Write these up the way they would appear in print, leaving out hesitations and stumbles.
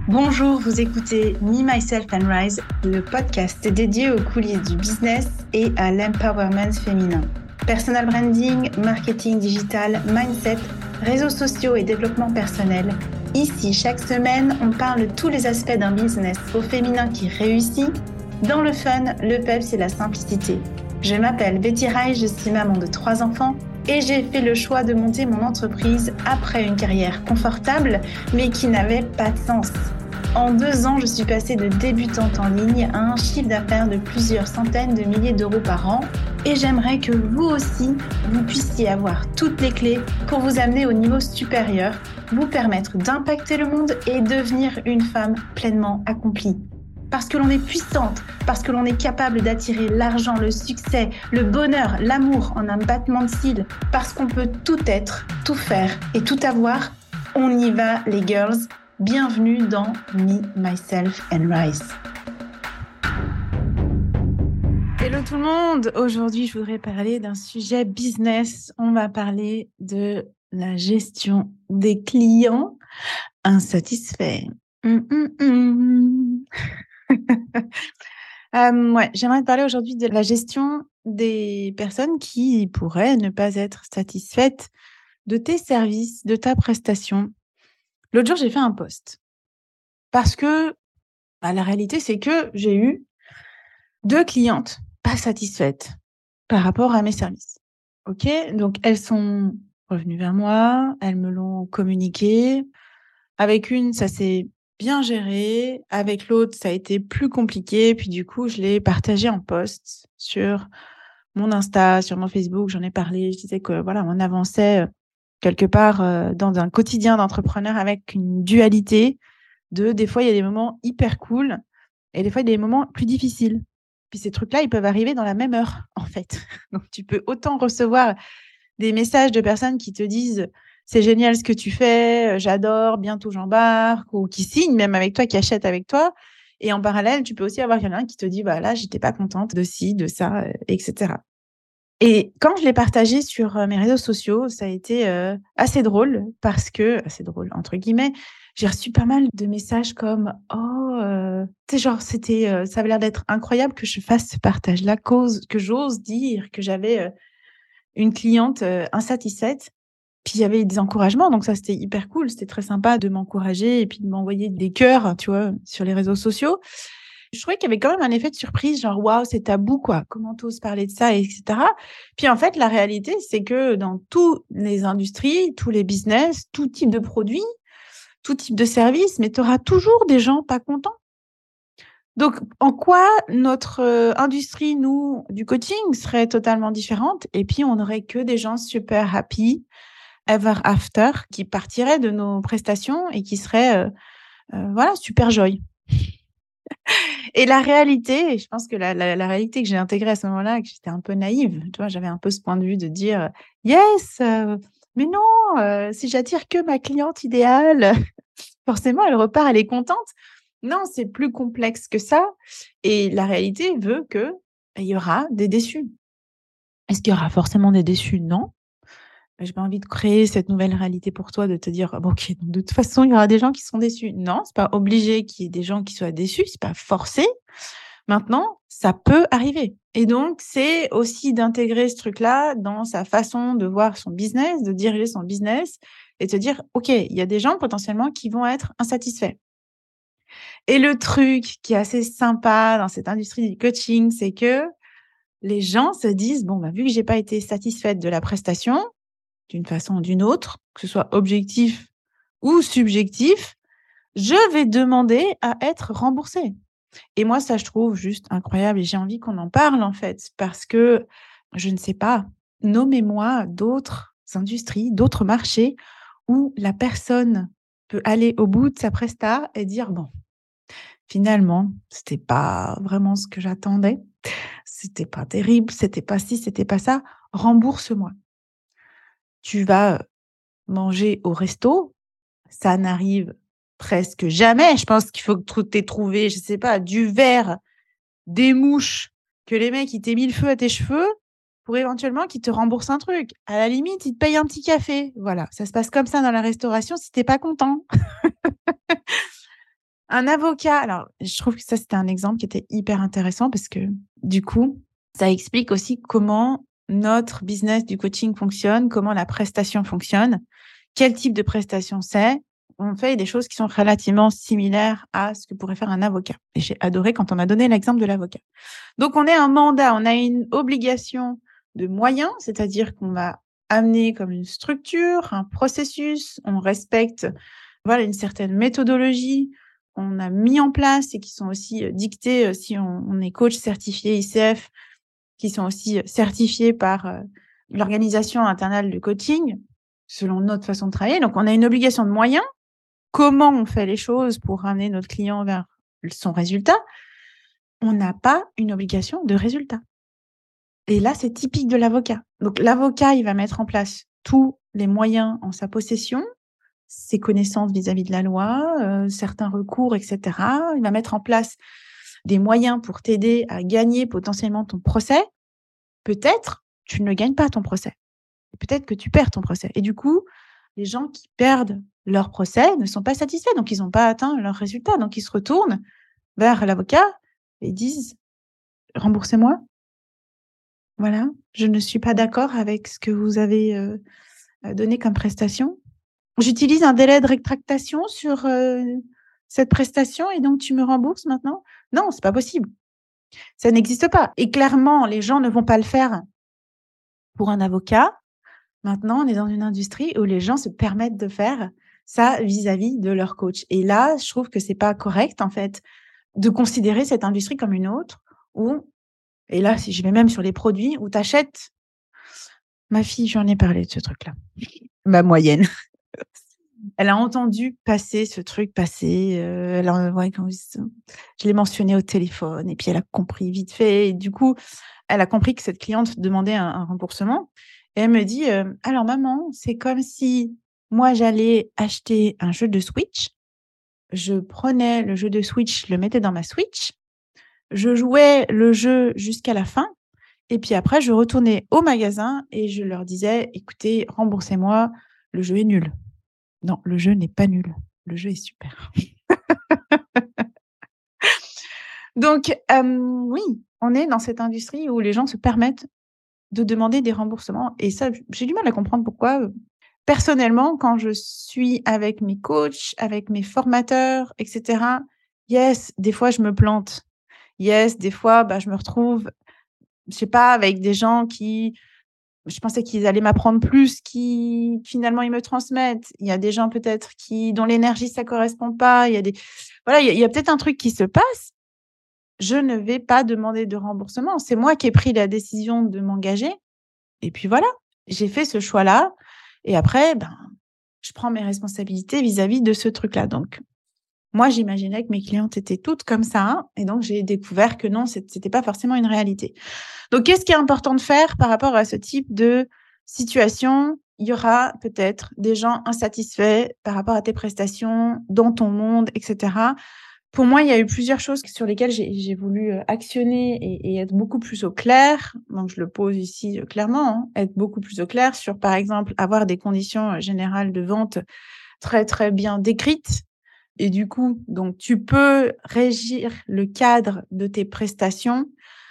Bonjour, vous écoutez Me, Myself and Rise, le podcast dédié aux coulisses du business et à l'empowerment féminin. Personal branding, marketing digital, mindset, réseaux sociaux et développement personnel. Ici, chaque semaine, on parle de tous les aspects d'un business au féminin qui réussit, dans le fun, le peps et la simplicité. Je m'appelle Betty Rai, je suis maman de 3 enfants et j'ai fait le choix de monter mon entreprise après une carrière confortable mais qui n'avait pas de sens. En 2 ans, je suis passée de débutante en ligne à un chiffre d'affaires de plusieurs centaines de milliers d'euros par an et j'aimerais que vous aussi, vous puissiez avoir toutes les clés pour vous amener au niveau supérieur, vous permettre d'impacter le monde et devenir une femme pleinement accomplie. Parce que l'on est puissante, parce que l'on est capable d'attirer l'argent, le succès, le bonheur, l'amour en un battement de cils, parce qu'on peut tout être, tout faire et tout avoir, on y va les girls. Bienvenue dans Me, Myself and Rise. Hello tout le monde! Aujourd'hui, je voudrais parler d'un sujet business. On va parler de la gestion des clients insatisfaits. J'aimerais te parler aujourd'hui de la gestion des personnes qui pourraient ne pas être satisfaites de tes services, de ta prestation. L'autre jour, j'ai fait un post parce que la réalité, c'est que j'ai eu 2 clientes pas satisfaites par rapport à mes services. OK? Donc, elles sont revenues vers moi, elles me l'ont communiqué. Avec une, ça s'est bien géré. Avec l'autre, ça a été plus compliqué. Puis du coup, je l'ai partagé en post sur mon Insta, sur mon Facebook. J'en ai parlé. Je disais que voilà, on avançait quelque part dans un quotidien d'entrepreneur avec une dualité des fois, il y a des moments hyper cool et des fois, il y a des moments plus difficiles. Puis ces trucs-là, ils peuvent arriver dans la même heure, en fait. Donc, tu peux autant recevoir des messages de personnes qui te disent « C'est génial ce que tu fais, j'adore, bientôt j'embarque » ou qui signent même avec toi, qui achètent avec toi. Et en parallèle, tu peux aussi avoir quelqu'un qui te dit « Bah là, j'étais pas contente de ci, de ça, etc. » Et quand je l'ai partagé sur mes réseaux sociaux, ça a été assez drôle parce que, assez drôle entre guillemets, j'ai reçu pas mal de messages comme oh, tu sais genre c'était, ça avait l'air d'être incroyable que je fasse ce partage-là, que j'ose dire que j'avais une cliente insatisfaite. Puis il y avait des encouragements, donc ça c'était hyper cool, c'était très sympa de m'encourager et puis de m'envoyer des cœurs, tu vois, sur les réseaux sociaux. Je trouvais qu'il y avait quand même un effet de surprise, genre waouh, c'est tabou quoi. Comment tu oses parler de ça, etc. Puis en fait, la réalité, c'est que dans toutes les industries, tous les business, tout type de produits, tout type de service, mais tu auras toujours des gens pas contents. Donc, en quoi notre industrie, nous, du coaching, serait totalement différente? Et puis, on n'aurait que des gens super happy, ever after, qui partiraient de nos prestations et qui seraient, voilà, super joy. Et la réalité, et je pense que la réalité que j'ai intégrée à ce moment-là, que j'étais un peu naïve, tu vois, j'avais un peu ce point de vue de dire yes, mais non, si j'attire que ma cliente idéale, forcément, elle repart, elle est contente. Non, c'est plus complexe que ça. Et la réalité veut que il y aura des déçus. Est-ce qu'il y aura forcément des déçus? Non. J'ai pas envie de créer cette nouvelle réalité pour toi, de te dire bon, ok, donc de toute façon, il y aura des gens qui seront déçus. Non, c'est pas obligé qu'il y ait des gens qui soient déçus, c'est pas forcé. Maintenant, ça peut arriver. Et donc, c'est aussi d'intégrer ce truc-là dans sa façon de voir son business, de diriger son business et de se dire, OK, il y a des gens potentiellement qui vont être insatisfaits. Et le truc qui est assez sympa dans cette industrie du coaching, c'est que les gens se disent, bon, vu que j'ai pas été satisfaite de la prestation, d'une façon ou d'une autre, que ce soit objectif ou subjectif, je vais demander à être remboursée. Et moi, ça, je trouve juste incroyable et j'ai envie qu'on en parle, en fait, parce que je ne sais pas, nommez-moi d'autres industries, d'autres marchés où la personne peut aller au bout de sa presta et dire: «Bon, finalement, c'était pas vraiment ce que j'attendais, c'était pas terrible, c'était pas ci, c'était pas ça, rembourse-moi». Tu vas manger au resto, ça n'arrive presque jamais. Je pense qu'il faut que tu aies trouvé, je sais pas, du verre, des mouches, que les mecs, ils t'aient mis le feu à tes cheveux pour éventuellement qu'ils te remboursent un truc. À la limite, ils te payent un petit café. Voilà, ça se passe comme ça dans la restauration si tu es pas content. Un avocat, alors je trouve que ça, c'était un exemple qui était hyper intéressant parce que du coup, ça explique aussi comment notre business du coaching fonctionne, comment la prestation fonctionne, quel type de prestation c'est. On fait des choses qui sont relativement similaires à ce que pourrait faire un avocat. Et j'ai adoré quand on m'a donné l'exemple de l'avocat. Donc, on est un mandat, on a une obligation de moyens, c'est-à-dire qu'on va amener comme une structure, un processus, on respecte voilà, une certaine méthodologie qu'on a mis en place et qui sont aussi dictées si on est coach certifié ICF, qui sont aussi certifiés par l'Organisation internationale de coaching, selon notre façon de travailler. Donc, on a une obligation de moyens. Comment on fait les choses pour ramener notre client vers son résultat? On n'a pas une obligation de résultat. Et là, c'est typique de l'avocat. Donc, l'avocat, il va mettre en place tous les moyens en sa possession, ses connaissances vis-à-vis de la loi, certains recours, etc. Il va mettre en place des moyens pour t'aider à gagner potentiellement ton procès. Peut-être tu ne gagnes pas ton procès. Peut-être que tu perds ton procès. Et du coup, les gens qui perdent leur procès ne sont pas satisfaits, donc ils n'ont pas atteint leur résultat. Donc, ils se retournent vers l'avocat et disent « Remboursez-moi. Voilà, je ne suis pas d'accord avec ce que vous avez donné comme prestation. J'utilise un délai de rétractation sur cette prestation et donc tu me rembourses maintenant ?» Non, c'est pas possible. Ça n'existe pas. Et clairement, les gens ne vont pas le faire pour un avocat. Maintenant, on est dans une industrie où les gens se permettent de faire ça vis-à-vis de leur coach. Et là, je trouve que c'est pas correct, en fait, de considérer cette industrie comme une autre où, et là, si je vais même sur les produits, où tu achètes. Ma fille, j'en ai parlé de ce truc-là. Ma moyenne. Elle a entendu passer ce truc passer. Je l'ai mentionné au téléphone et puis elle a compris vite fait. Et du coup, elle a compris que cette cliente demandait un remboursement. Et elle me dit alors, maman, c'est comme si moi, j'allais acheter un jeu de Switch. Je prenais le jeu de Switch, je le mettais dans ma Switch. Je jouais le jeu jusqu'à la fin. Et puis après, je retournais au magasin et je leur disais écoutez, remboursez-moi, le jeu est nul. Non, le jeu n'est pas nul. Le jeu est super. Donc, oui, on est dans cette industrie où les gens se permettent de demander des remboursements. Et ça, j'ai du mal à comprendre pourquoi. Personnellement, quand je suis avec mes coachs, avec mes formateurs, etc., yes, des fois, je me plante. Yes, des fois, je me retrouve, je sais pas, avec des gens qui je pensais qu'ils allaient m'apprendre plus, qui finalement ils me transmettent. Il y a des gens peut-être dont l'énergie ça correspond pas. Il y a voilà, il y a peut-être un truc qui se passe. Je ne vais pas demander de remboursement. C'est moi qui ai pris la décision de m'engager. Et puis voilà, j'ai fait ce choix-là. Et après, je prends mes responsabilités vis-à-vis de ce truc-là. Donc, moi, j'imaginais que mes clientes étaient toutes comme ça. Et donc, j'ai découvert que non, c'était pas forcément une réalité. Donc, qu'est-ce qui est important de faire par rapport à ce type de situation? Il y aura peut-être des gens insatisfaits par rapport à tes prestations, dans ton monde, etc. Pour moi, il y a eu plusieurs choses sur lesquelles j'ai voulu actionner et être beaucoup plus au clair. Donc, je le pose ici clairement, hein, être beaucoup plus au clair sur, par exemple, avoir des conditions générales de vente très, très bien décrites. Et du coup, donc, tu peux régir le cadre de tes prestations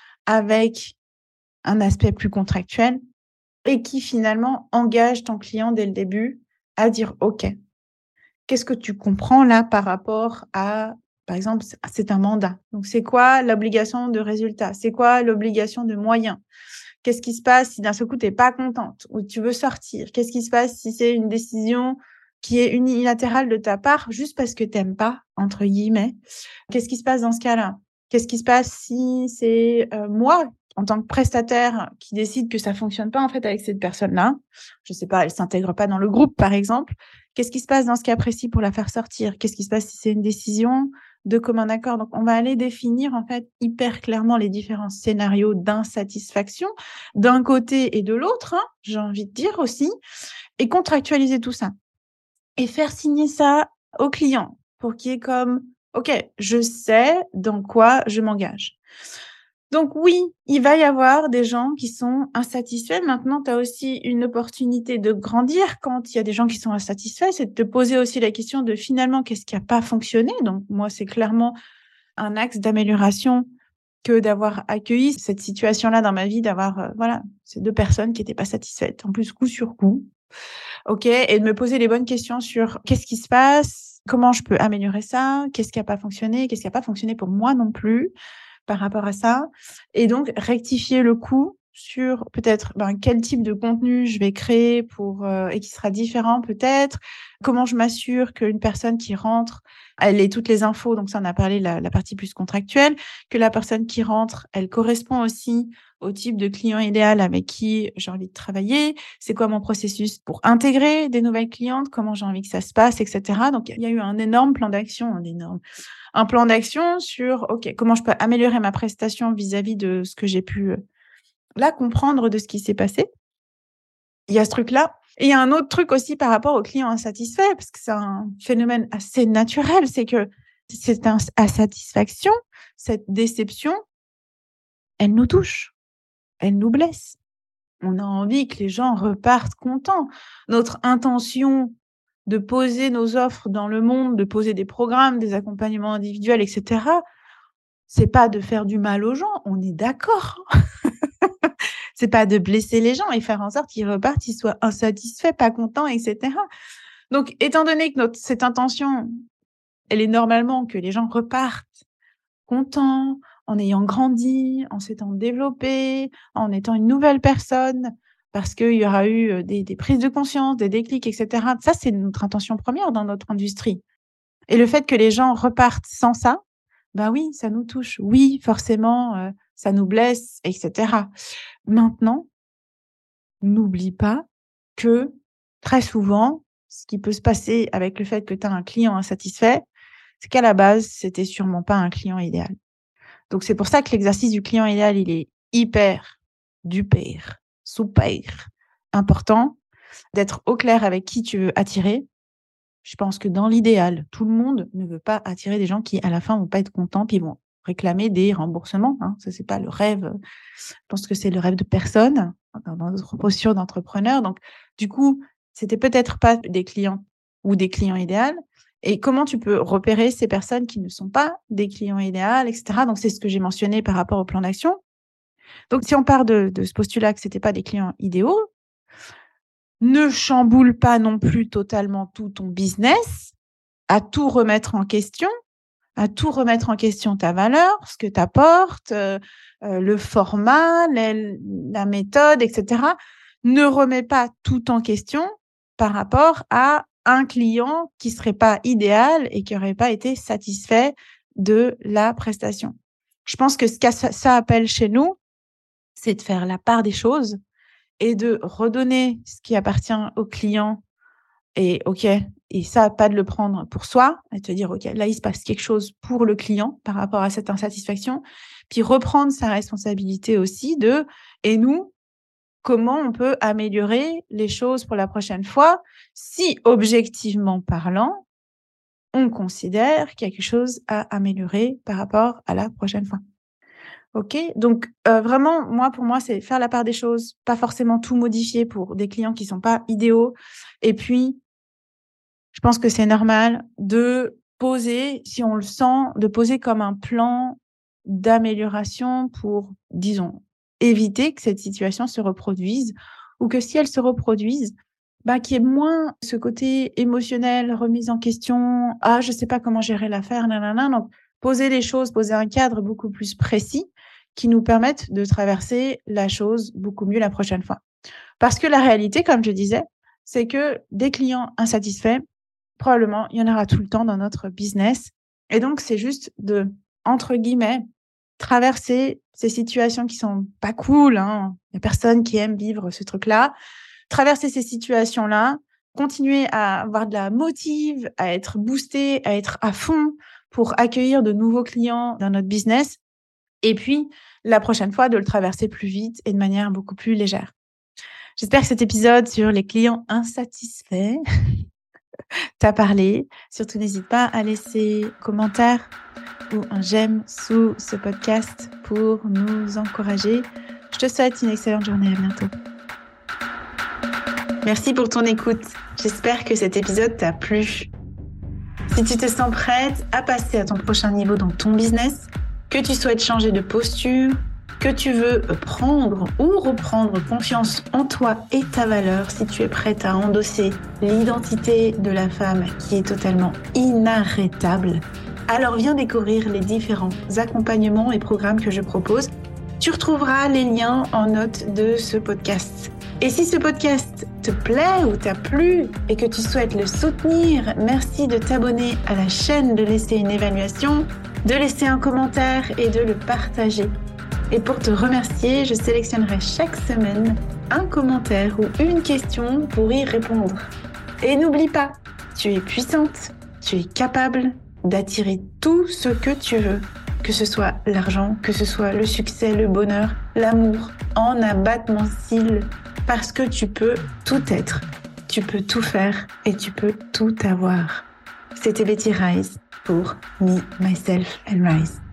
avec un aspect plus contractuel et qui finalement engage ton client dès le début à dire OK, qu'est-ce que tu comprends là par rapport à, par exemple, c'est un mandat. Donc, c'est quoi l'obligation de résultat? C'est quoi l'obligation de moyens? Qu'est-ce qui se passe si d'un seul coup, tu n'es pas contente ou tu veux sortir? Qu'est-ce qui se passe si c'est une décision qui est unilatérale de ta part juste parce que tu n'aimes pas, entre guillemets? Qu'est-ce qui se passe dans ce cas-là? Qu'est-ce qui se passe si c'est moi, en tant que prestataire, qui décide que ça fonctionne pas en fait avec cette personne-là? Je sais pas, elle s'intègre pas dans le groupe, par exemple. Qu'est-ce qui se passe dans ce cas précis pour la faire sortir? Qu'est-ce qui se passe si c'est une décision de commun accord? Donc, on va aller définir en fait hyper clairement les différents scénarios d'insatisfaction d'un côté et de l'autre, hein, j'ai envie de dire aussi, et contractualiser tout ça. Et faire signer ça au client pour qu'il y ait comme OK, je sais dans quoi je m'engage. Donc oui, il va y avoir des gens qui sont insatisfaits. Maintenant, tu as aussi une opportunité de grandir quand il y a des gens qui sont insatisfaits, c'est de te poser aussi la question de finalement qu'est-ce qui a pas fonctionné. Donc moi, c'est clairement un axe d'amélioration que d'avoir accueilli cette situation-là dans ma vie, d'avoir, voilà, ces 2 personnes qui étaient pas satisfaites, en plus coup sur coup. OK, et de me poser les bonnes questions sur qu'est-ce qui se passe? Comment je peux améliorer ça? Qu'est-ce qui a pas fonctionné? Qu'est-ce qui a pas fonctionné pour moi non plus par rapport à ça? Et donc rectifier le coup sur peut-être, quel type de contenu je vais créer pour, et qui sera différent peut-être? Comment je m'assure qu'une personne qui rentre, elle ait toutes les infos, donc ça on a parlé la partie plus contractuelle, que la personne qui rentre, elle correspond aussi au type de client idéal avec qui j'ai envie de travailler. C'est quoi mon processus pour intégrer des nouvelles clientes? Comment j'ai envie que ça se passe, et cetera. Donc il y a eu un énorme plan d'action, un plan d'action sur, OK, comment je peux améliorer ma prestation vis-à-vis de ce que j'ai pu, là, comprendre de ce qui s'est passé. Il y a ce truc-là et il y a un autre truc aussi par rapport aux clients insatisfaits, parce que c'est un phénomène assez naturel, c'est que cette insatisfaction, cette déception, elle nous touche, elle nous blesse. On a envie que les gens repartent contents. Notre intention de poser nos offres dans le monde, de poser des programmes, des accompagnements individuels, et cetera, c'est pas de faire du mal aux gens, on est d'accord. C'est pas de blesser les gens et faire en sorte qu'ils repartent, ils soient insatisfaits, pas contents, et cetera. Donc étant donné que cette intention, elle est normalement que les gens repartent contents, en ayant grandi, en s'étant développés, en étant une nouvelle personne, parce qu'il y aura eu, des prises de conscience, des déclics, et cetera. Ça, c'est notre intention première dans notre industrie et le fait que les gens repartent sans ça, bah oui, ça nous touche. Oui, forcément, ça nous blesse, et cetera. Maintenant, n'oublie pas que très souvent, ce qui peut se passer avec le fait que tu as un client insatisfait, c'est qu'à la base, c'était sûrement pas un client idéal. Donc c'est pour ça que l'exercice du client idéal, il est hyper, duper, super important d'être au clair avec qui tu veux attirer. Je pense que dans l'idéal, tout le monde ne veut pas attirer des gens qui, à la fin, vont pas être contents, puis vont réclamer des remboursements, hein. Ça, c'est pas le rêve. Je pense que c'est le rêve de personne dans notre posture d'entrepreneur. Donc, du coup, c'était peut-être pas des clients ou des clients idéaux. Et comment tu peux repérer ces personnes qui ne sont pas des clients idéaux, et cetera. Donc, c'est ce que j'ai mentionné par rapport au plan d'action. Donc, si on part de ce postulat que c'était pas des clients idéaux, ne chamboule pas non plus totalement tout ton business, à tout remettre en question, ta valeur, ce que tu apportes, le format, la méthode, et cetera. Ne remets pas tout en question par rapport à un client qui serait pas idéal et qui aurait pas été satisfait de la prestation. Je pense que ce que ça appelle chez nous, c'est de faire la part des choses et de redonner ce qui appartient au client et OK, et ça, pas de le prendre pour soi et te dire: «OK, là, il se passe quelque chose pour le client par rapport à cette insatisfaction». Puis reprendre sa responsabilité aussi de: «Et nous, comment on peut améliorer les choses pour la prochaine fois?» si objectivement parlant, on considère qu'il y a quelque chose à améliorer par rapport à la prochaine fois. OK? Donc vraiment, pour moi, c'est faire la part des choses, pas forcément tout modifier pour des clients qui sont pas idéaux et puis je pense que c'est normal de poser, si on le sent, de poser comme un plan d'amélioration pour, disons, éviter que cette situation se reproduise ou que si elle se reproduise, qu'il y ait moins ce côté émotionnel, remise en question: «Ah, je sais pas comment gérer l'affaire, nanana». Donc poser les choses, poser un cadre beaucoup plus précis qui nous permette de traverser la chose beaucoup mieux la prochaine fois. Parce que la réalité, comme je disais, c'est que des clients insatisfaits, probablement, il y en aura tout le temps dans notre business et donc c'est juste de, entre guillemets, traverser ces situations qui sont pas cool, hein. Il y a personne qui aime vivre ce truc-là. Traverser ces situations-là, continuer à avoir de la motive, à être boosté, à être à fond pour accueillir de nouveaux clients dans notre business et puis la prochaine fois de le traverser plus vite et de manière beaucoup plus légère. J'espère que cet épisode sur les clients insatisfaits t'a parlé. Surtout, n'hésite pas à laisser un commentaire ou un j'aime sous ce podcast pour nous encourager. Je te souhaite une excellente journée. À bientôt. Merci pour ton écoute. J'espère que cet épisode t'a plu. Si tu te sens prête à passer à ton prochain niveau dans ton business, que tu souhaites changer de posture, que tu veux prendre ou reprendre confiance en toi et ta valeur, si tu es prête à endosser l'identité de la femme qui est totalement inarrêtable, alors viens découvrir les différents accompagnements et programmes que je propose. Tu retrouveras les liens en note de ce podcast. Et si ce podcast te plaît ou t'a plu et que tu souhaites le soutenir, merci de t'abonner à la chaîne, de laisser une évaluation, de laisser un commentaire et de le partager. Et pour te remercier, je sélectionnerai chaque semaine un commentaire ou une question pour y répondre. Et n'oublie pas, tu es puissante, tu es capable d'attirer tout ce que tu veux, que ce soit l'argent, que ce soit le succès, le bonheur, l'amour, en abattement de cils, parce que tu peux tout être, tu peux tout faire et tu peux tout avoir. C'était Betty Rise pour Me, Myself and Rise.